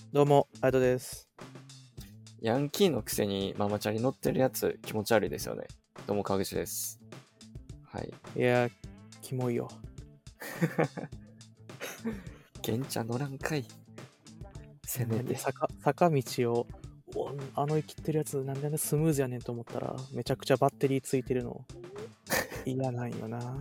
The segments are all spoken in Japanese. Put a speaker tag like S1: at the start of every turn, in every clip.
S1: どうも、アイドです。
S2: ヤンキーのくせにママチャリ乗ってるやつ気持ち悪いですよね。どうも川口です。はい。
S1: いや、キモいよ。
S2: 玄茶乗らんかい。せめて。
S1: 坂道を、生きってるやつなんであんなスムーズやねんと思ったら、めちゃくちゃバッテリーついてるの。嫌なんよな。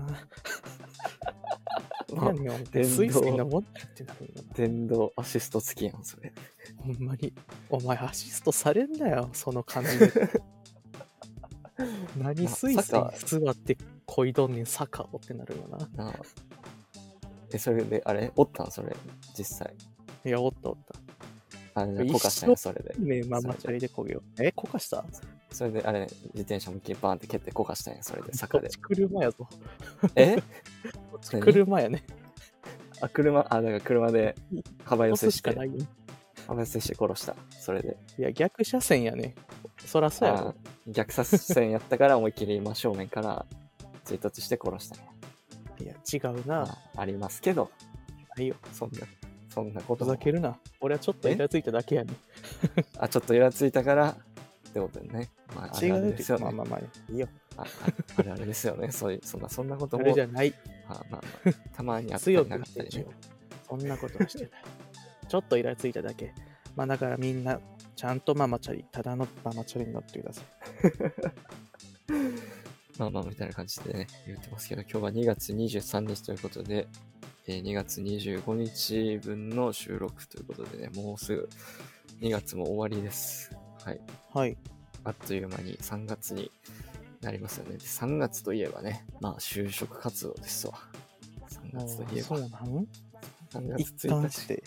S2: まあ
S1: 何よ、
S2: 電動
S1: スイスイ登ってってなるよな。
S2: 電動アシスト付きやん、それ。
S1: ほんまに。お前アシストされんなよ、その感じで。何スイスイ座ってこいどんねん、坂をってなるよな。
S2: なあ。それで、あれおったんそれ、実際。
S1: いや、おったおった。
S2: あれ、こかしたんや、それで。
S1: ねママチャリでこげよ。こかした
S2: それで、あれ、自転車向きバーンって蹴ってこかしたんや、それで、坂で。
S1: 車やぞ。
S2: え
S1: 車やね。
S2: だから車で幅寄せして、
S1: ないよ。
S2: 幅寄せして殺した。それで。
S1: いや、逆車線やね。そらそうやろ。
S2: 逆車線やったから思いっきり真正面から追突して殺したんや。
S1: いや、違うな。
S2: ありますけど。
S1: ないよ。
S2: そんなこと
S1: ふざけるな。俺はちょっとイラついただけやね。
S2: ちょっとイラついたからってことでね。まあ、あ
S1: 違
S2: れあれ
S1: う
S2: ですよね。
S1: まあ、いいよ。
S2: あれあれですよね。そんなこと
S1: あ
S2: も。
S1: れじゃない。
S2: たまにあったりなかったりね。
S1: そんなことはしてない。ちょっとイラついただけ。まあだからみんな、ちゃんとママチャリ、ただのママチャリに乗ってください。
S2: みたいな感じでね、言ってますけど、今日は2月23日ということで、2月25日分の収録ということでね、もうすぐ2月も終わりです。はい。
S1: はい。
S2: あっという間に3月になりますよね。で3月といえばね、まあ就職活動ですわ。3月といえば。
S1: そうなの
S2: ?3 月
S1: 一貫して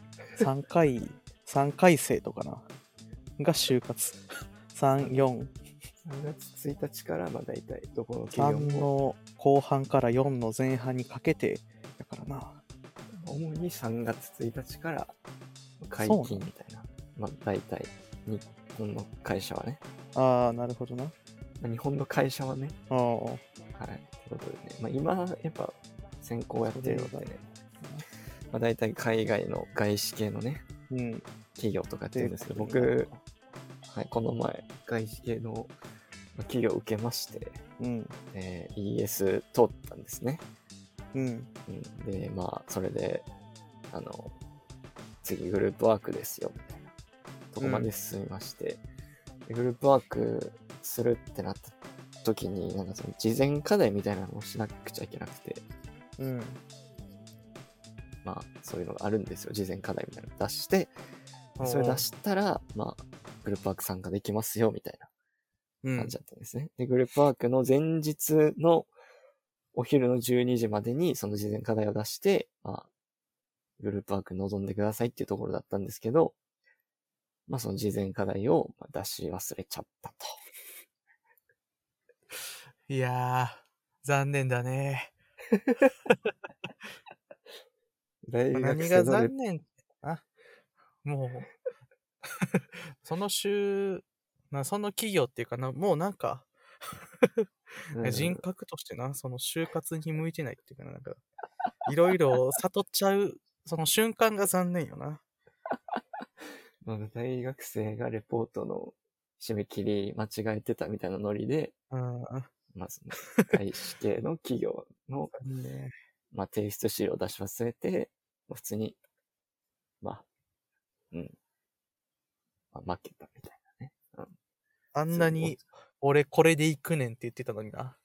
S1: 3回生とかな。が就活。3、4。
S2: 3月1日からまあ大体どこの企業
S1: 3
S2: も
S1: の後半から4の前半にかけてだからな。
S2: 主に3月1日から解禁みたいな。まあ大体日本の会社はね。
S1: ああ、なるほどな。
S2: 日本の会社はね。
S1: ああ。
S2: はい。ということでね。まあ今やっぱ先行やってるのでね。まあ大体海外の外資系のね、企業とかやってるんですけど、僕、はい、この前外資系の企業を受けまして、ES 通ったんですね。で、まあ、それで、次グループワークですよ、みたいなとこまで進みまして、でグループワークするってなった時に、なんかその事前課題みたいなのをしなくちゃいけなくて、まあ、そういうのがあるんですよ。事前課題みたいなの出して、それ出したら、まあ、グループワーク参加できますよ、みたいな感じだったんですね。で、グループワークの前日のお昼の12時までにその事前課題を出して、まあ、グループワークに臨んでくださいっていうところだったんですけど、まあその事前課題を出し忘れちゃったと。
S1: いやー、残念だね。何が残念あもう、その企業っていうかな、もうなんか、人格としてな、その就活に向いてないっていうかな、なんか、いろいろ悟っちゃう、その瞬間が残念よな。
S2: 大学生がレポートの締め切り間違えてたみたいなノリで、まず、外資系の企業の、まあ、提出資料を出し忘れて、普通に、まあ、まあ、負けたみたいなね。
S1: あんなに、俺これで行くねんって言ってたのにな。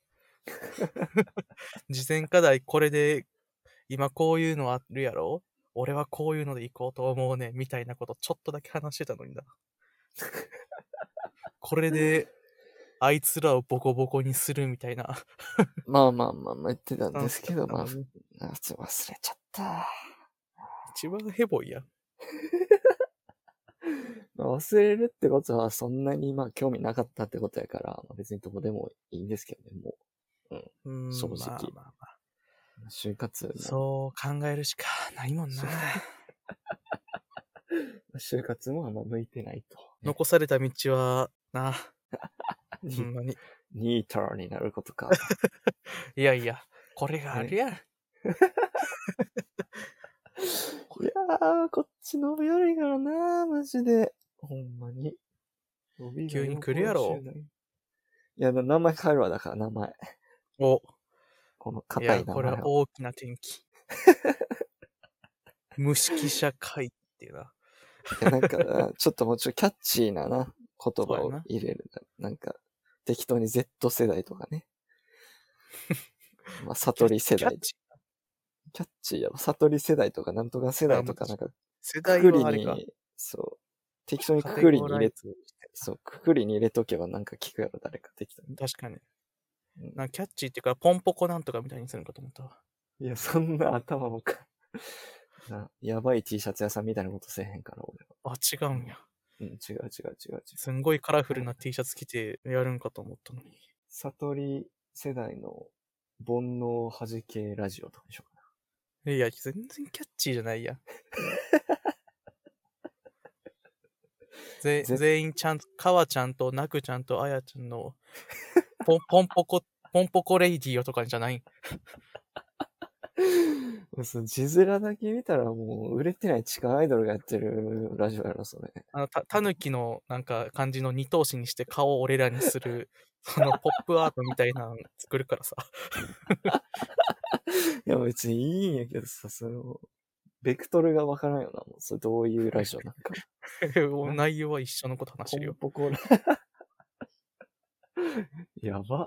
S1: 事前課題これで、今こういうのあるやろ？俺はこういうので行こうと思うねんみたいなことちょっとだけ話してたのにな。これで、あいつらをボコボコにするみたいな。
S2: まあ言ってたんですけど、まあ、忘れちゃった。
S1: 一番ヘボいやん。
S2: 忘れるってことはそんなにまあ興味なかったってことやから、別にどこでもいいんですけどね、もう。正直。就活。
S1: そう考えるしかないもんな。
S2: 就活もあんま向いてないと。
S1: 残された道は、な。ほんまに。
S2: ニーターになることか。
S1: いやいや、これがあるやん。
S2: いやこっち伸び悪いからな、マジで。ほんまに。
S1: 急に来るやろ。
S2: いや、名前変えるわ、だから名前。
S1: お。
S2: この硬い名前。
S1: これは大きな転機。無識者会っていうな。
S2: いや、なんか、ちょっともうちょっとキャッチーなな、言葉を入れる。なんか、適当に Z 世代とかね。まあ、悟り世代。キャッチーやろ。悟り世代とか、なんとか世代とか、なんか、
S1: 世代はあれか。
S2: そう。適当にくくりに入れとけばなんか聞くやろ、誰か適当に。
S1: 確かに。なんかキャッチーっていうか、ポンポコなんとかみたいにするのかと思ったわ。
S2: いや、そんな頭もか。やばい T シャツ屋さんみたいなことせえへんから、俺
S1: は。あ、違うんや。
S2: うん、違う。
S1: すんごいカラフルな T シャツ着てやるんかと思ったのに。
S2: 悟り世代の煩悩弾けラジオとかにしようか
S1: な。いや、全然キャッチーじゃないや。全員ちゃんと、かわちゃんとなくちゃんとあやちゃんのポンポコレイディオとかじゃない。
S2: 字面だけ見たらもう売れてない地下アイドルがやってるラジオやろ、それ。
S1: たぬきのなんか感じの二頭身にして顔を俺らにする、そのポップアートみたいなの作るからさ。
S2: いや別にいいんやけどさ、ベクトルがわからんよな、もう。それどういうラジオなんか。
S1: 内容は一緒のこと話してるよ。
S2: ポンポコやば。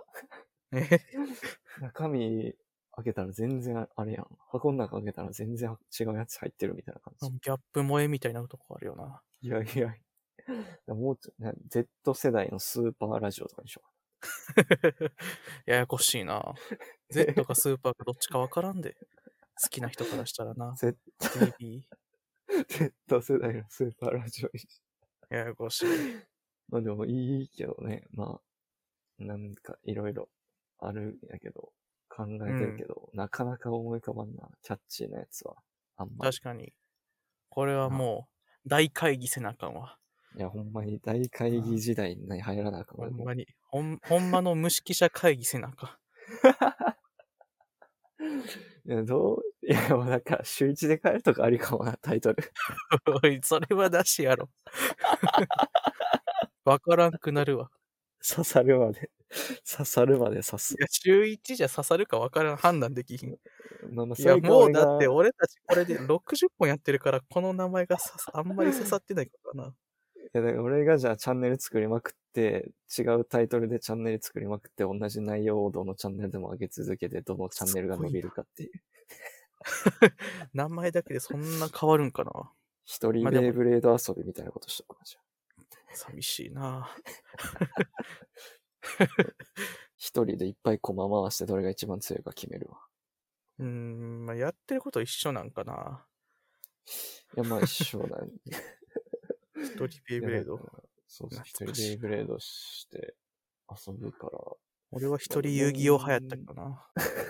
S2: 中身開けたら全然あれやん。箱の中開けたら全然違うやつ入ってるみたいな感じ。
S1: ギャップ萌えみたいなとこあるよな。
S2: いや。もうちょっと、Z 世代のスーパーラジオとかにしよ
S1: う。ややこしいな。Z かスーパーかどっちかわからんで。好きな人からしたらな。
S2: Z 世代のスーパーラジオに。
S1: ややこしい。
S2: まあでもいいけどね。まあ、なんかいろいろあるんやけど、考えてるけど、なかなか思い浮かばんな。キャッチーなやつは。あんまり。
S1: 確かに。これはもう、大会議せなあかんわ。
S2: いや、ほんまに大会議時代に入らなあかんわ。
S1: ほんまに。ほんまの無識者会議せなあか
S2: ん。いや、もうなんか、週一で帰るとかありかもな、タイトル。
S1: おい、それはなしやろ。わからんくなるわ。
S2: 刺さるまで刺す。
S1: いや、週1じゃ刺さるかわからん、判断できひん。い
S2: や、
S1: もうだって俺たちこれで60本やってるから、この名前があんまり刺さってないからな。
S2: いや、だから俺がじゃあチャンネル作りまくって、違うタイトルでチャンネル作りまくって、同じ内容をどのチャンネルでも上げ続けて、どのチャンネルが伸びるかっていう。
S1: 名前だけでそんな変わるんかな。
S2: 一人ベイブレード遊びみたいなことしとくかじゃ
S1: あ。寂しいな。
S2: 一人でいっぱい駒回してどれが一番強いか決めるわ。
S1: まあ、やってること一緒なんかな。
S2: いや、まあ一緒だよ。
S1: 一人ベイブレード。
S2: そう、一人ベイブレードして遊ぶから。
S1: 俺は一人遊戯王流行ったかな。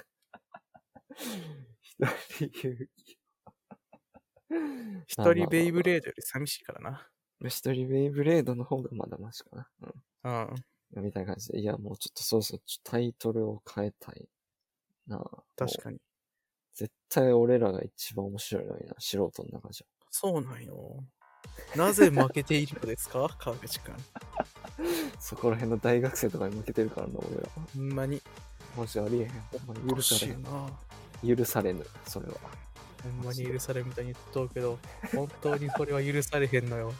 S2: 一人遊戯
S1: 王。一人ベイブレードより寂しいからな。
S2: 一人ベイブレードの方がまだマシか
S1: な。
S2: みたいな感じで。いや、もうちょっとそうタイトルを変えたいな。
S1: 確かに。
S2: 絶対俺らが一番面白いのにな、素人の中じゃ。
S1: そうなんよ。なぜ負けているのですか、川口くん。
S2: そこら辺の大学生とかに負けてるからな、俺ら。
S1: ほんまに。
S2: マジありえへん。ほんまに許されん。許されぬ、それは。
S1: ほんまに許されるみたいに言っとうけど、本当にそれは許されへんのよ。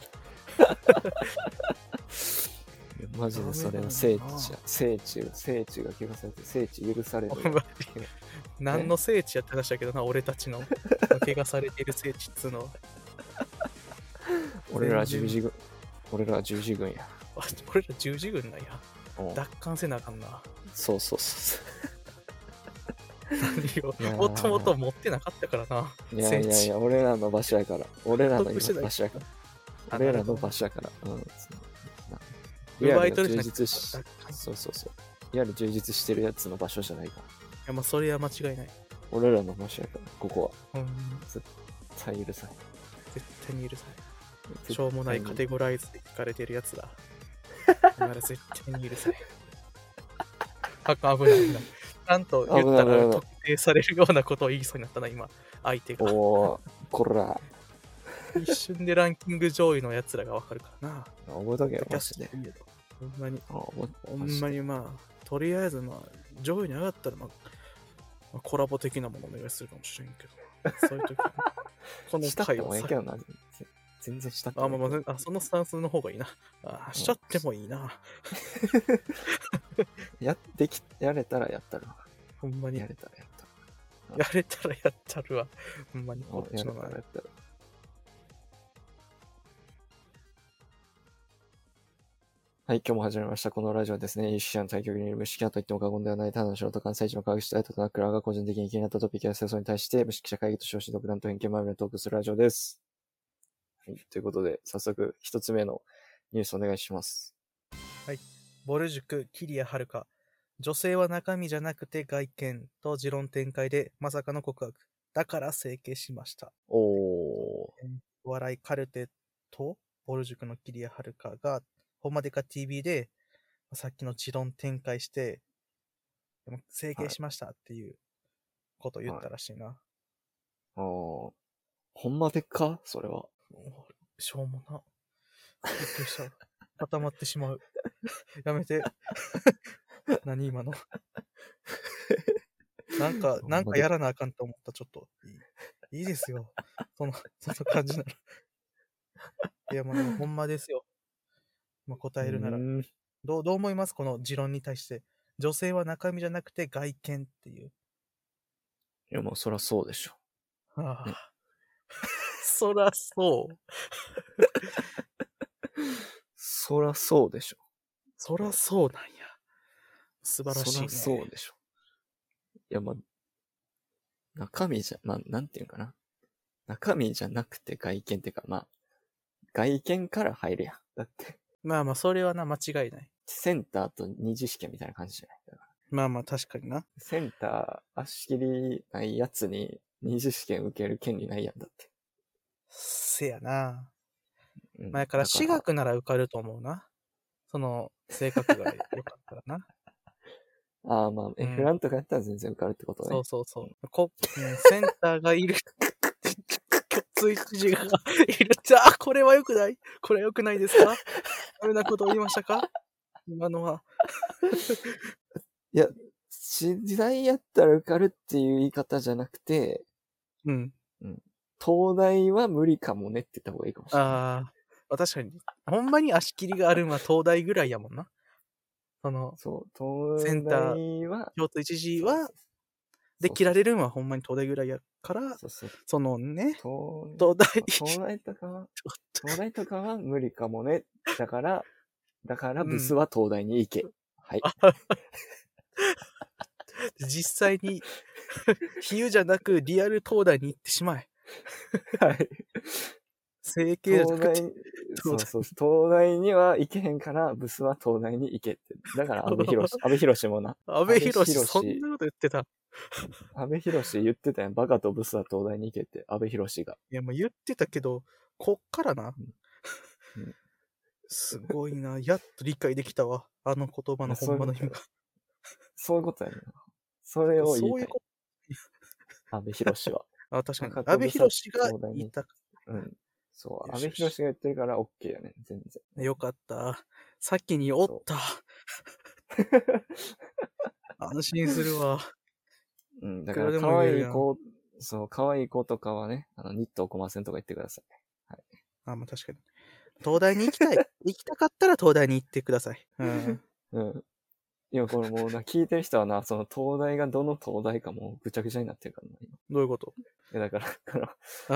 S2: マジでそれは聖地が怪我されて、聖地許される。
S1: 何の聖地やって話だけどな、俺たちの怪我されている聖地っつうのは。
S2: 俺ら十字軍や。
S1: 俺ら十字軍なんや。奪還せなあかんな。
S2: そう。
S1: 何をもともと持ってなかったからな。
S2: いや、俺らの場所やから。俺らの場所やから。
S1: 奪い取るじゃなくて。
S2: そう。いわゆる充実してるやつの場所じゃないから。い
S1: や、まあそれは間違いない。
S2: 俺らの場所やから、ここは。絶対許さない。
S1: 絶対に許さない。しょうもないカテゴライズで聞かれてるやつだ。だから絶対に許さない。危ないな。ちゃんと言ったら特定されるようなことを言いそうになったな、今。相手が。
S2: こら。
S1: 一瞬でランキング上位のやつらがわかるからな。
S2: 覚えとけよ、マジで。
S1: ほんまに。
S2: ほ
S1: んまにまあ、とりあえずまあ、上位に上がったらまあ、コラボ的なものをお願いするかもしれんけど、そういう時は、この回はさ。
S2: 全然したっても
S1: いい。そのスタンスの方がいいな。しちゃってもいいな。
S2: やれたらやったるわ。
S1: ほんまに。
S2: やれたらやったる。
S1: やれたらやったるわ。ほんまに。こっちの
S2: やったら。はい、今日も始まりました。このラジオはですね、有識者の対局にいる無識者と言っても過言ではない、ただの素人関西一の科学者大とナクラが個人的に気になったトピックや戦争に対して、無識者会議と称し独断と偏見まみれトークするラジオです。はい、ということで、早速一つ目のニュースお願いします。
S1: はい。ボル塾、桐谷遥。女性は中身じゃなくて外見と持論展開でまさかの告白。だから整形しました。お笑いカルテとボル塾の桐谷遥がほんまでか TV でさっきの持論展開して整形しましたっていうことを言ったらしいな。
S2: ほんまでかそれは。
S1: しょうもな。びっくりした。固まってしまう。やめて。何今の。なんかやらなあかんと思った。ちょっと。いいですよ。その感じなら。いや、まあでもほんまですよ。まあ答えるなら。どう思いますこの持論に対して。女性は中身じゃなくて外見っていう。
S2: いや、もうそらそうでしょ。
S1: はあ、ね、そらそう。
S2: そらそうでしょ。
S1: そらそうなんや。素晴らしいね。
S2: そらそうでしょ。いや、まあ、中身じゃ、まあ、なんていうかな。中身じゃなくて外見っていうか、まあ、外見から入るやん。だって。
S1: まあまあ、それはな、間違いない。
S2: センターと二次試験みたいな感じじゃないだから。
S1: まあまあ、確かにな。
S2: センター、足切りないやつに二次試験受ける権利ないやんだって。
S1: せやな。前から私学なら受かると思うな。その、性格が良かったらな。
S2: ああ、まあ、F ランとかやったら全然受かるってことね。
S1: そう。センターがいる。ツイッチがいる。これは良くない。これは良くないですか。ダメなことを言いましたか今のは。
S2: いや、時代やったら受かるっていう言い方じゃなくて、東大は無理かもねって言った方がいいかもしれない。
S1: ああ、確かに。ほんまに足切りがあるのは東大ぐらいやもんな。
S2: そう、
S1: センターは、京都一時は、で、切られるんはほんまに東大ぐらいやから、そのね、
S2: 東大とかは無理かもね。だから、ブスは東大に行け。はい。
S1: 実際に、比喩じゃなくリアル東大に行ってしまえ。
S2: はい。
S1: 整形
S2: 東大には行けへんから、ブスは東大に行けって。だから安倍博もな。
S1: 安倍博そんなこと言ってた。
S2: 安倍博言ってたやん。バカとブスは東大に行けって、安倍博が。
S1: いや、もう言ってたけど、こっからな。すごいな。やっと理解できたわ。あの言葉のほんまの意味が。
S2: そういうことやねん。それを言いたい。安倍博は。
S1: 確かに。安倍博が言った。
S2: そう。安倍博が言ってるから OK やねん。全然。
S1: よかった。先におった。安心するわ。
S2: だから可愛い子とかはね、ニットをこませんとか言ってください。はい。
S1: まあ確かに。東大に行きたい。行きたかったら東大に行ってください。
S2: 今これもう聞いてる人はな、その東大がどの東大かもうぐちゃぐちゃになってるからな。
S1: どういうこと？
S2: だから、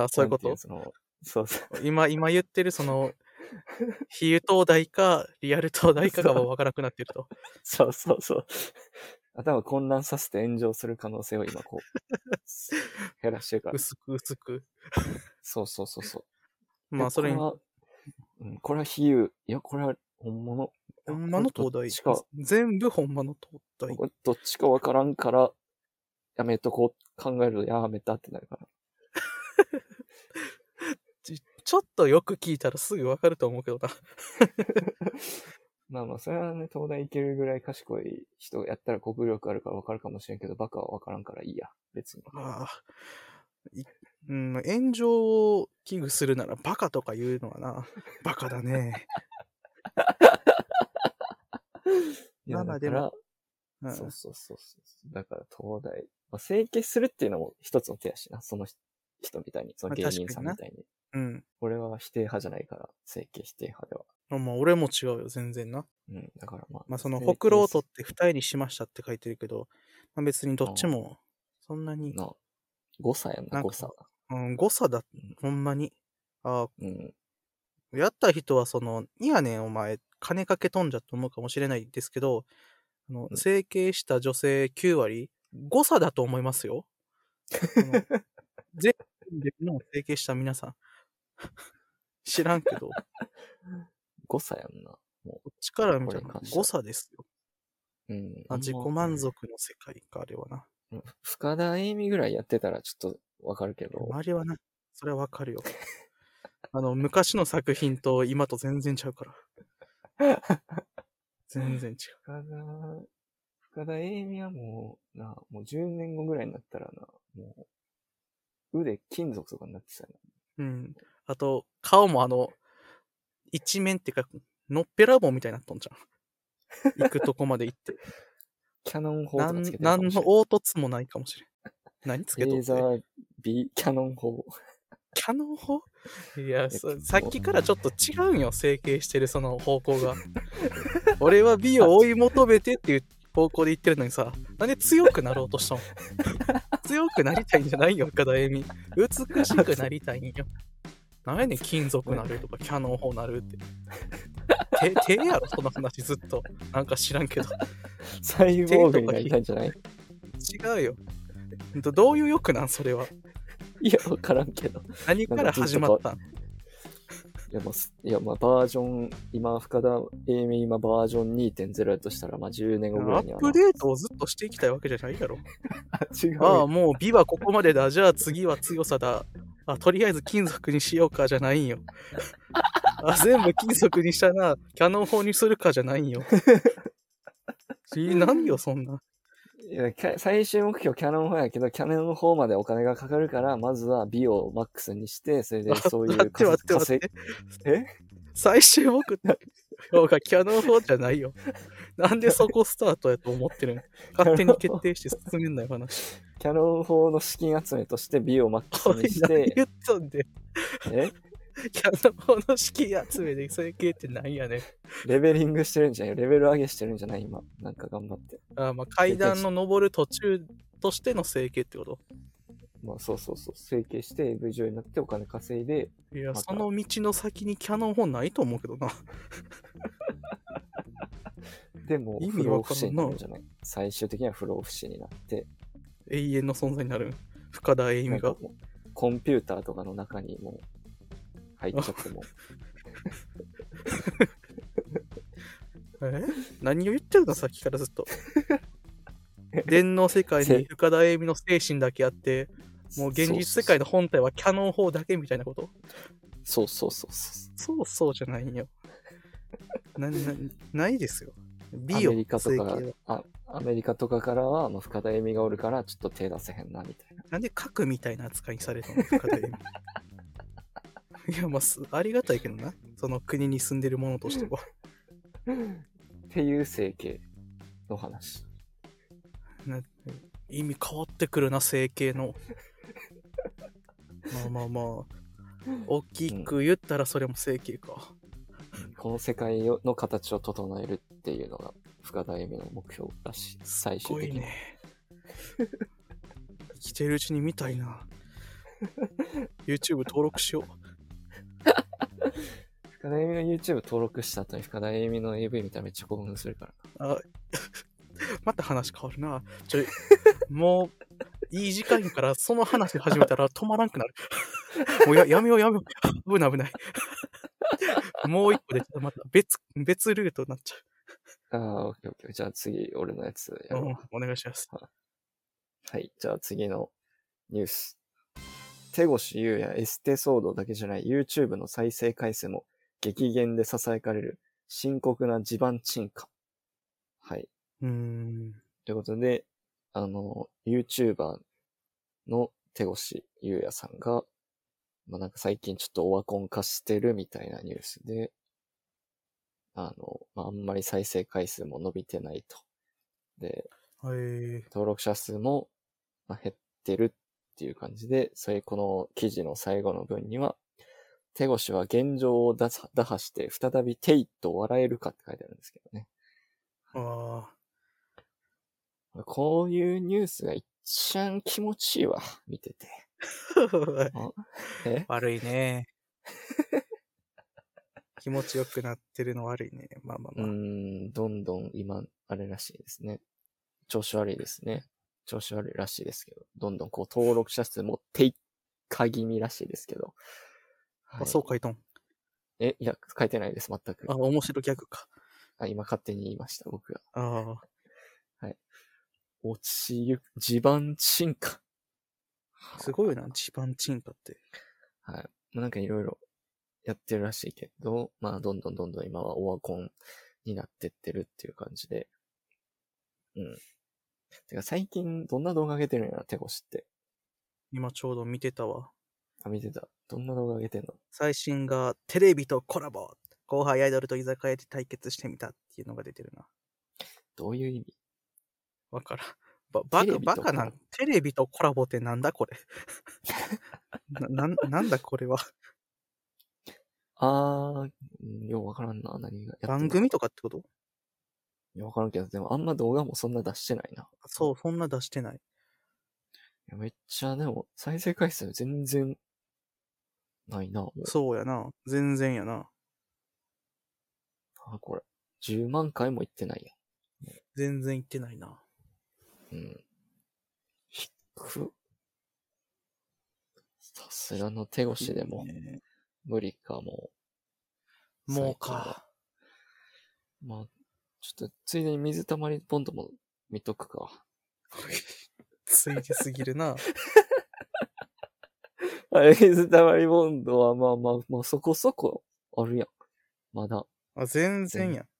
S1: そういうこと？
S2: そう。
S1: 今言ってるその、比喩東大かリアル東大かがもう分からなくなってると。
S2: そう。頭混乱させて炎上する可能性を今こう、減らしてるから。
S1: 薄く。
S2: そう。
S1: まあそれに。
S2: これは比喩。いや、これは本物。
S1: ほんまの東大。全部ほんまの東大。
S2: どっちかわからんから、やめとこう、考えるやめたってなるから。
S1: ちょっとよく聞いたらすぐわかると思うけど
S2: な。まあ、それはね、東大行けるぐらい賢い人やったら国力あるからわかるかもしれんけど、バカはわからんからいいや、別に。
S1: 炎上を危惧するならバカとか言うのはな、バカだね。
S2: いや、
S1: まあ
S2: だから、
S1: うん、
S2: そう。だから東大、まあ、整形するっていうのも一つの手やしな、その人みたいに、その芸人さんみたいに。
S1: うん。
S2: 俺は否定派じゃないから、整形否定派では。
S1: まあ俺も違うよ、全然な。
S2: うん、だからまあ。
S1: まあその、ほくろを取って二重にしましたって書いてるけど、まあ別にどっちも、そんなに。
S2: 誤差やんな、誤差。
S1: うん、誤差だ、ほんまに。
S2: うん。
S1: やった人はその、いやねんお前、金かけとんじゃと思うかもしれないですけど、整形した女性9割、誤差だと思いますよ。全員での整形した皆さん。知らんけど。
S2: 誤差やんな。
S1: もうこっちから見たら誤差ですよ。
S2: うん。
S1: 自己満足の世界か、あれはな。
S2: 深田栄美ぐらいやってたらちょっとわかるけど。
S1: あれはな、それはわかるよ。昔の作品と今と全然ちゃうから。全然違う。
S2: 深田栄美はもう10年後ぐらいになったらな、もう、腕金属とかになってたよ
S1: な。うん。あと、顔も一面っていうか、のっぺらぼうみたいになっとんじゃん。行くとこまで行って。
S2: キャノン砲とかつけてる
S1: 何の凹凸もないかもしれん。何つけとって
S2: レーザーキャノン砲。
S1: キャノン砲いや、さっきからちょっと違うんよ、整形してるその方向が。俺は美を追い求めてっていう方向で言ってるのにさ、なんで強くなろうとしたの強くなりたいんじゃないよ、岡田恵美。美しくなりたいんよ。なんやねん、金属なるとか、キャノン砲なるって。手やろ、その話ずっと。なんか知らんけど。
S2: サイボーグになりたいんじゃない？
S1: 違うよ。どういう欲なん、それは。
S2: いや、わからんけど。
S1: 何から始まったん？
S2: いや、まあ、バージョン、深田栄美バージョン 2.0 やとしたら、まあ、10年後ぐらいには。
S1: アップデートをずっとしていきたいわけじゃないやろ。
S2: 違う。
S1: ああ、もう美はここまでだ。じゃあ次は強さだ。とりあえず金属にしようかじゃないんよ。全部金属にしたな。キャノン砲にするかじゃないんよ。何よ、そんな。
S2: いや、最終目標キャノン砲やけど、キャノン砲までお金がかかるから、まずは美をマックスにして、それでそういう
S1: 待って最終目標がキャノン砲じゃないよ。なんでそこスタートやと思ってるん？勝手に決定して進めんなよ、話。
S2: キャノン砲の資金集めとして美をマックスにして。
S1: 何言っとんで。キャノン砲の資金集めで整形ってなんやねん。
S2: レベリングしてるんじゃないよ。レベル上げしてるんじゃない今。なんか頑張って。
S1: まあ階段の登る途中としての整形ってこと？
S2: まあそう。整形して AV 女優になってお金稼いで。
S1: いや、その道の先にキャノン砲ないと思うけどな。
S2: でも、不老不死になるんじゃない？最終的には不老不死になって。
S1: 永遠の存在になる。深田栄美が。
S2: コンピューターとかの中にも入っちゃっても。
S1: 何を言ってるのさっきからずっと。電脳世界に深田栄美の精神だけあって、もう現実世界の本体はキャノン砲だけみたいなこと？
S2: そう。
S1: そうじゃないよ。ないですよ。
S2: アメリカとかからは、深田栄美がおるからちょっと手出せへんなみたいな。
S1: なんで核みたいな扱いにされたの？深田栄美。いや、まあ、ありがたいけどな。その国に住んでる者としては。
S2: っていう整形の話。
S1: 意味変わってくるな、整形の。まあ。大きく言ったらそれも整形か。
S2: この世界の形を整えるっていうのが深田栄美の目標らしい。最終的に。すごいね。
S1: 生きてるうちに見たいな。YouTube 登録しよう。
S2: 深田栄美の YouTube 登録した後に深田栄美の AV 見たらめっちゃ興奮するから。
S1: また話変わるな。もういい時間からその話始めたら止まらんくなる。もうやめよう。危ない。もう一個でまた別ルートになっちゃう。
S2: オッケー。じゃあ次、俺のやつやろう。
S1: お願いします。
S2: はい。じゃあ次のニュース。手越優也エステ騒動だけじゃない YouTube の再生回数も激減で囁かれる深刻な地盤沈下。はい。ということで、YouTuber の手越優也さんが、 まあなんか最近ちょっとオワコン化してるみたいなニュースで、まあ、あんまり再生回数も伸びてないと。で、登録者数も減ってるっていう感じで、この記事の最後の文には、手越は現状を打破して再びテイと笑えるかって書いてあるんですけどね。こういうニュースが一番気持ちいいわ、見てて。
S1: 悪いね。気持ちよくなってるの悪いね。まあ。
S2: どんどん今、あれらしいですね。調子悪いですね。調子悪いらしいですけど、どんどんこう登録者数も低下気味らしいですけど。
S1: はい、そう書いとん。
S2: いや、書いてないです、全く。
S1: 面白ギャグか。
S2: 今勝手に言いました、僕が。
S1: はい。
S2: 落ちゆく、地盤沈下。
S1: すごいな、地盤沈下って。
S2: はい。なんかいろいろやってるらしいけど、まあ、どんどん今はオワコンになってってるっていう感じで。てか最近どんな動画上げてるんやな、手越って。
S1: 今ちょうど見てたわ。
S2: 見てた。どんな動画上げてんの？
S1: 最新がテレビとコラボ。後輩アイドルと居酒屋で対決してみたっていうのが出てるな。
S2: どういう意味？
S1: わからん。バカな。テレビとコラボってなんだこれ。なんだこれは。
S2: ようわからんな、何がやってんの。
S1: 番組とかってこと？
S2: いや、わからんけど、でもあんま動画もそんな出してないな。
S1: そう、そんな出してない。
S2: めっちゃ、でも、再生回数全然、ないな、もう。
S1: そうやな。全然やな。
S2: これ。10万回もいってないや。
S1: 全然いってないな。
S2: 低っ。さすがの手越でも、無理かも。
S1: もうか。
S2: まあ、ちょっと、ついでに水たまりボンドも見とくか。
S1: ついですぎるな。
S2: 水たまりボンドはまあそこそこあるやん。まだ。
S1: 全然やん。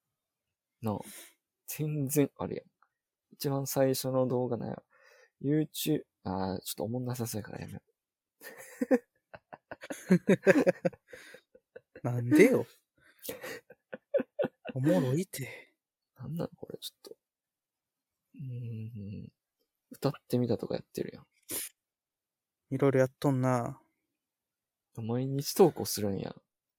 S2: 全然あるやん。一番最初の動画なんや。YouTube、ちょっとおもんなさそうやからやめよ
S1: う。なんでよ。おもろいて。
S2: なんなのこれちょっと。歌ってみたとかやってるやん。
S1: いろいろやっとんな。
S2: 毎日投稿するんや。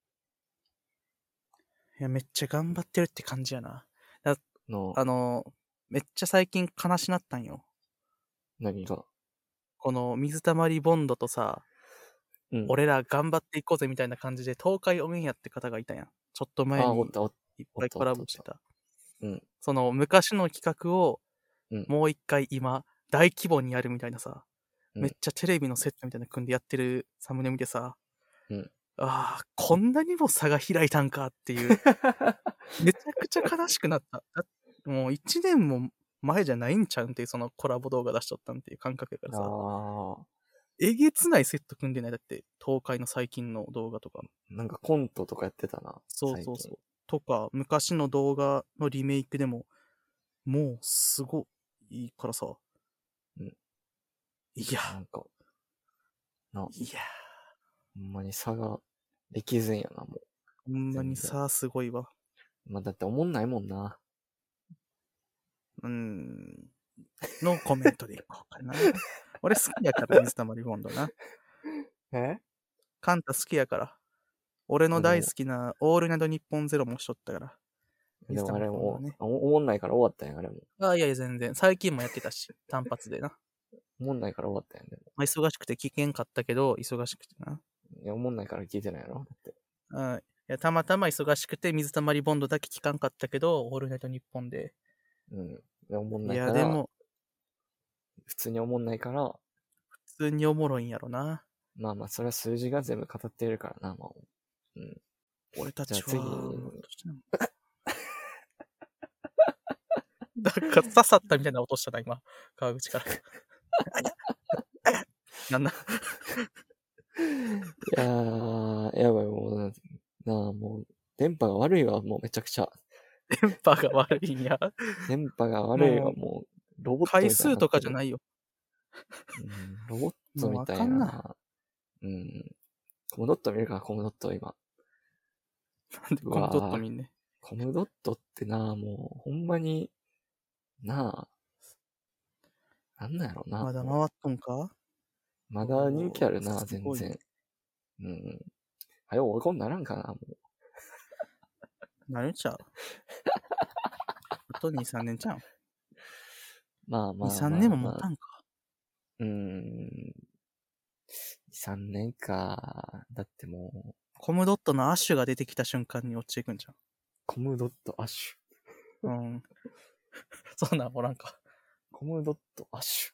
S1: いや、めっちゃ頑張ってるって感じやな。めっちゃ最近悲しなったんよ。
S2: 何が？
S1: この水たまりボンドとさ、俺ら頑張っていこうぜみたいな感じで東海オンエアって方がいたやん。ちょっと前にいっぱいコラボしてた。その昔の企画をもう一回今大規模にやるみたいなさ、めっちゃテレビのセットみたいな組んでやってるサムネ見てさ、こんなにも差が開いたんかっていう、めちゃくちゃ悲しくなった。もう1年も前じゃないんちゃうんっていう、そのコラボ動画出しとったんっていう感覚やからさ。えげつないセット組んでない。だって、東海の最近の動画とか。
S2: なんかコントとかやってたな。
S1: そう。とか、昔の動画のリメイクでも、もうすごいからさ。いや。
S2: なんか、
S1: いや。
S2: ほんまに差が歴然やな、もう。
S1: ほんまに差すごいわ。
S2: だって思んないもんな。
S1: のコメントでいこうかな。俺好きやから、水溜りボンドな。カンタ好きやから。俺の大好きなオールナイトニッポンゼロもしとったから。
S2: でもあれも、思んないから終わったんや、あれも。
S1: いや全然。最近もやってたし、単発でな。
S2: 思んないから終わったんや、でも。
S1: 忙しくて聞けんかったけど、忙しくてな。
S2: いや、思んないから聞いてないやろだって。
S1: いや、たまたま忙しくて水溜りボンドだけ聞かんかったけど、オールナイトニッポンで。
S2: 思んないから。
S1: いや、でも、
S2: 普通に思んないから。
S1: 普通におもろいんやろな。
S2: まあ、それは数字が全部語っているからな、
S1: 俺たちは。
S2: じゃあ次。
S1: なんか刺さったみたいな音したな、今。川口から。なんだ
S2: いやー、やばい、もう、電波が悪いわ、もうめちゃくちゃ。
S1: 電波が悪いんや。
S2: 電波が悪いわ、もう、ロボットみたいな。
S1: 回数とかじゃないよ。
S2: ロボットみたいな。 コムドット見るか、コムドット今。
S1: なんでコムドット見んね。
S2: コムドットってな、もう、ほんまに、なあ、なんなんやろな。
S1: まだ回っとんか？
S2: まだ人気あるな、全然。うん。はよ、俺こんならんかな、もう。
S1: なるんちゃう？あと2、3年ちゃう？
S2: まあまあまあ、まあ。
S1: 2、3年も持たんか。
S2: 2、3年か。だってもう。
S1: コムドットのアッシュが出てきた瞬間に落ちていくんじゃん。
S2: コムドットアッシ
S1: ュ。うん。そんなんおらんか。
S2: コムドットアッシ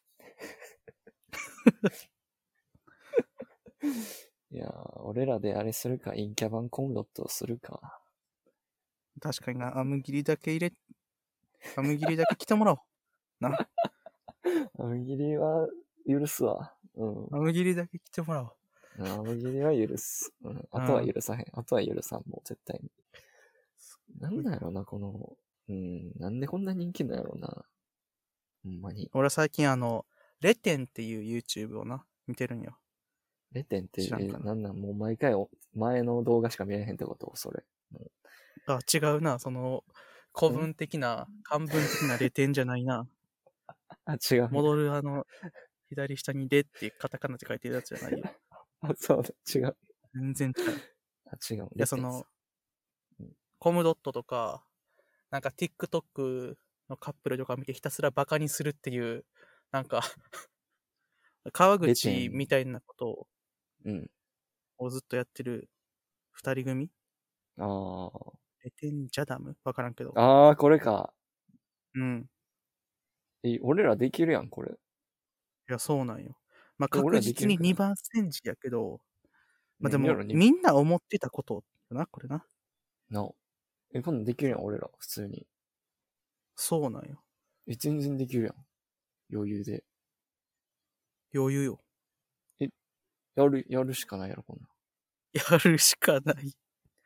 S2: ュ。いやー、俺らであれするか、陰キャ版コムドットをするか。
S1: 確かにな、アムギリだけ来てもらおう。な。
S2: アムギリは許すわ。うん。
S1: アムギリだけ来てもらおう。
S2: アムギリは許す。うん。あとは許さへん。あとは許さん、もう絶対に。なんだろうな、この、なんでこんな人気なんやろうな。ほんまに。
S1: 俺は最近レテンっていう YouTube をな、見てるんよ。
S2: レテンってなんなんもう毎回前の動画しか見えへんってことそれ。
S1: あ、違うな。その、古文的な、漢文的なレテンじゃないな。
S2: あ、違う。
S1: 戻る左下にレってカタカナって書いてるやつじゃないよ。
S2: あ、そうだ。違う。
S1: 全然違う。
S2: あ、違う。い
S1: や、コムドットとか、なんか TikTok のカップルとか見てひたすらバカにするっていう、なんか川口みたいなことを、をずっとやってる二人組。
S2: ああ。
S1: レテンジャダムわからんけど。
S2: ああ、これか。
S1: うん。
S2: 俺らできるやん、これ。
S1: いや、そうなんよ。まあ、確実に2番煎じやけど、まあでも、みんな思ってたことよな、これな。
S2: なあ。こんなんできるやん、俺ら、普通に。
S1: そうなんよ。
S2: 全然できるやん。余裕で。
S1: 余裕よ。
S2: やるしかないやろ、こんなん。
S1: やるしかない。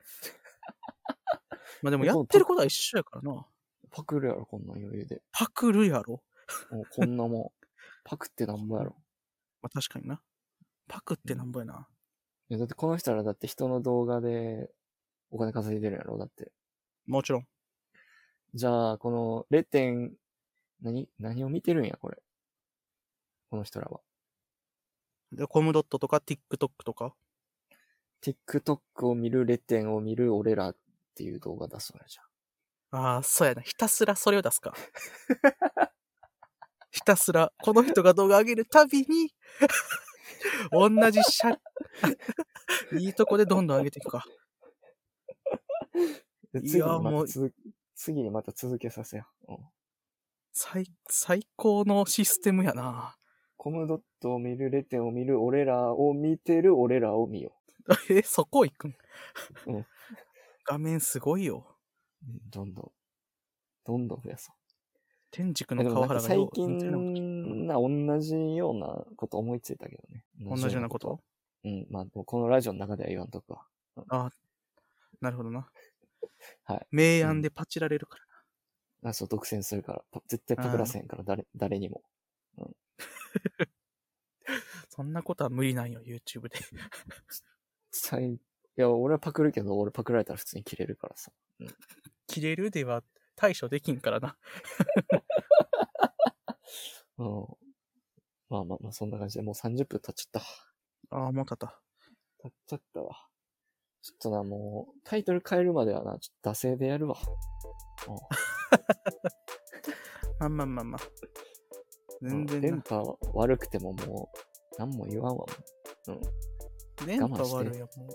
S1: まあでもやってることは一緒やからな。
S2: パクるやろ、こんなん余裕で。
S1: パクるやろ
S2: こんなもん。パクってなんぼやろ。
S1: まあ確かにな。パクってなんぼやな。
S2: いや、だってこの人らだって人の動画でお金稼いでるやろ、だって。
S1: もちろん。
S2: じゃあ、このレテン、何を見てるんや、これ。この人らは。
S1: で、コムドットとか TikTok とか。
S2: TikTok を見る、レテンを見る俺らっていう動画出すのやじゃん。
S1: ああ、そうやな。ひたすらそれを出すか。ひたすら、この人が動画上げるたびに、同じいいとこでどんどん上げていくか。
S2: 次にまた続けさせよう。
S1: 最高のシステムやな。
S2: コムドットを見る、レテンを見る、俺らを見てる俺らを見よ
S1: う。そこ行くん？
S2: うん。
S1: 画面すごいよ。
S2: どんどん増やそう。
S1: 天竺の川原が
S2: 最近同じようなこと思いついたけどね。
S1: 同じようなこと？
S2: まあ、このラジオの中では言わんとくわ。
S1: ああ、なるほどな。
S2: はい。
S1: 明暗でパチられるから
S2: な。そう、独占するから。絶対パクらせへんから、誰にも。
S1: そんなことは無理なんよ、YouTube で。
S2: いや、俺はパクるけど、俺パクられたら普通に切れるからさ。
S1: 切れるでは対処できんからな。
S2: まあ、そんな感じで、もう30分経っちゃった。
S1: ああ、もう経った。
S2: 経っちゃったわ。ちょっとな、もう、タイトル変えるまではな、ちょっと惰性でやるわ。
S1: まあ。全然
S2: 電波悪くてももう、何も言わんわも
S1: ん。電波悪いよ、もう。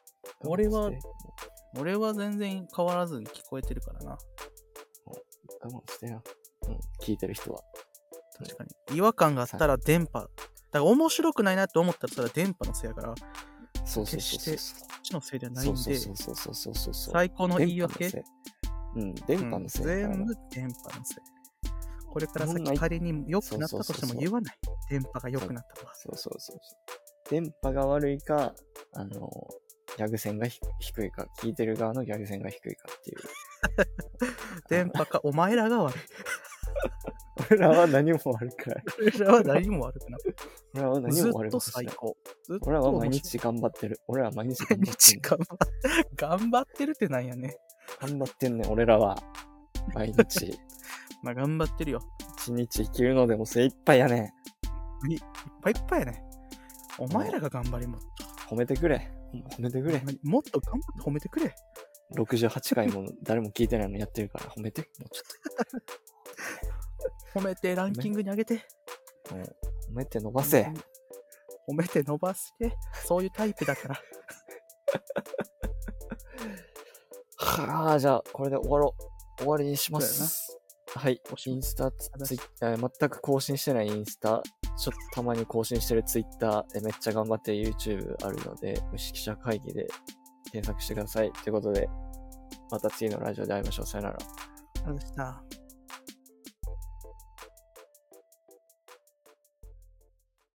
S1: 俺は全然変わらずに聞こえてるからな。
S2: 我慢してよ。聞いてる人は。
S1: 確かに。違和感があったら電波。だから面白くないなって思ったらそれは電波のせいやから。決してそっちのせいではないんで。最高の言い訳。
S2: 電波のせい。
S1: 全部電波のせい。これから先仮に良くなったとしても言わない。電波が良くなったとは。
S2: そう。電波が悪いか、ギャグ線が低いか、聞いてる側のギャグ線が低いかっていう。
S1: 電波か、お前らが悪い。
S2: 俺らは何も悪くない。
S1: 俺らは何も悪くない。
S2: 俺らは何も悪くない。
S1: ずっと最高。
S2: 俺らは毎日頑張ってる。俺らは毎日頑張ってる。
S1: 頑張ってるってなんやね。
S2: 頑張ってんねん、俺らは。毎日。
S1: まあ頑張ってるよ。
S2: 一日生きるのでも精一杯やねん。
S1: いっぱいいっぱいやね。お前らが頑張りも。
S2: 褒めてくれ。褒めてくれ。
S1: もっと頑張って褒めてくれ。
S2: 68回も誰も聞いてないのやってるから褒めて。もうちょっ
S1: と。褒めてランキングに上げて。
S2: 褒めて伸ばせ。
S1: 褒めて伸ばして。そういうタイプだから。
S2: はあ、じゃあこれで終わりにします。はい。インスタ、ツイッター、全く更新してないインスタ、ちょっとたまに更新してるツイッターでめっちゃ頑張ってる YouTube あるので、無識者会議で検索してください。ということで、また次のラジオで会いましょう。さよなら。
S1: ありがとうございました。